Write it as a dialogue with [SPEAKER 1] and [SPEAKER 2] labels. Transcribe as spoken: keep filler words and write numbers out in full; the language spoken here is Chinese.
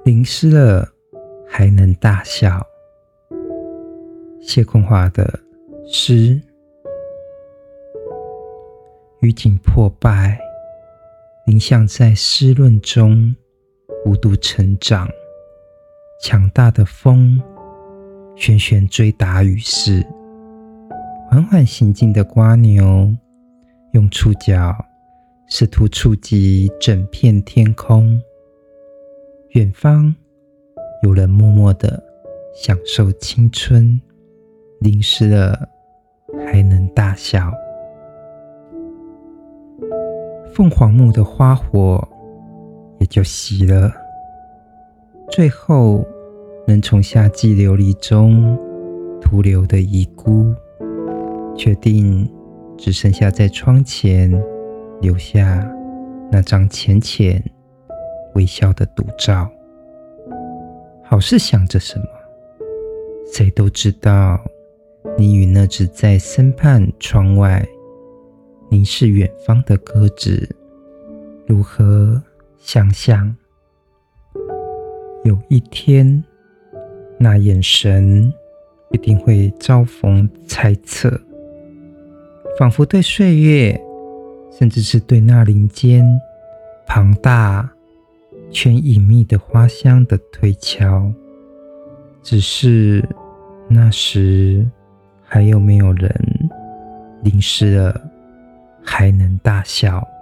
[SPEAKER 1] 淋湿了还能大笑。谢坤华的诗。雨景破败，林像在湿润中无度成长。强大的风旋旋追打雨势，缓缓行进的蝸牛用触角试图触及整片天空。远方有人默默地享受青春，淋湿了还能大笑。凤凰木的花火也就熄了，最后能从夏季琉璃中徒留的遗孤，决定只剩下在窗前留下那张浅浅微笑的独照。好是想着什么，谁都知道你与那只在森畔窗外凝视远方的鸽子如何相像。有一天，那眼神一定会遭逢猜测，仿佛对岁月，甚至是对那林间庞大却隐秘的花香的推敲。只是那时还有没有人淋湿了还能大笑？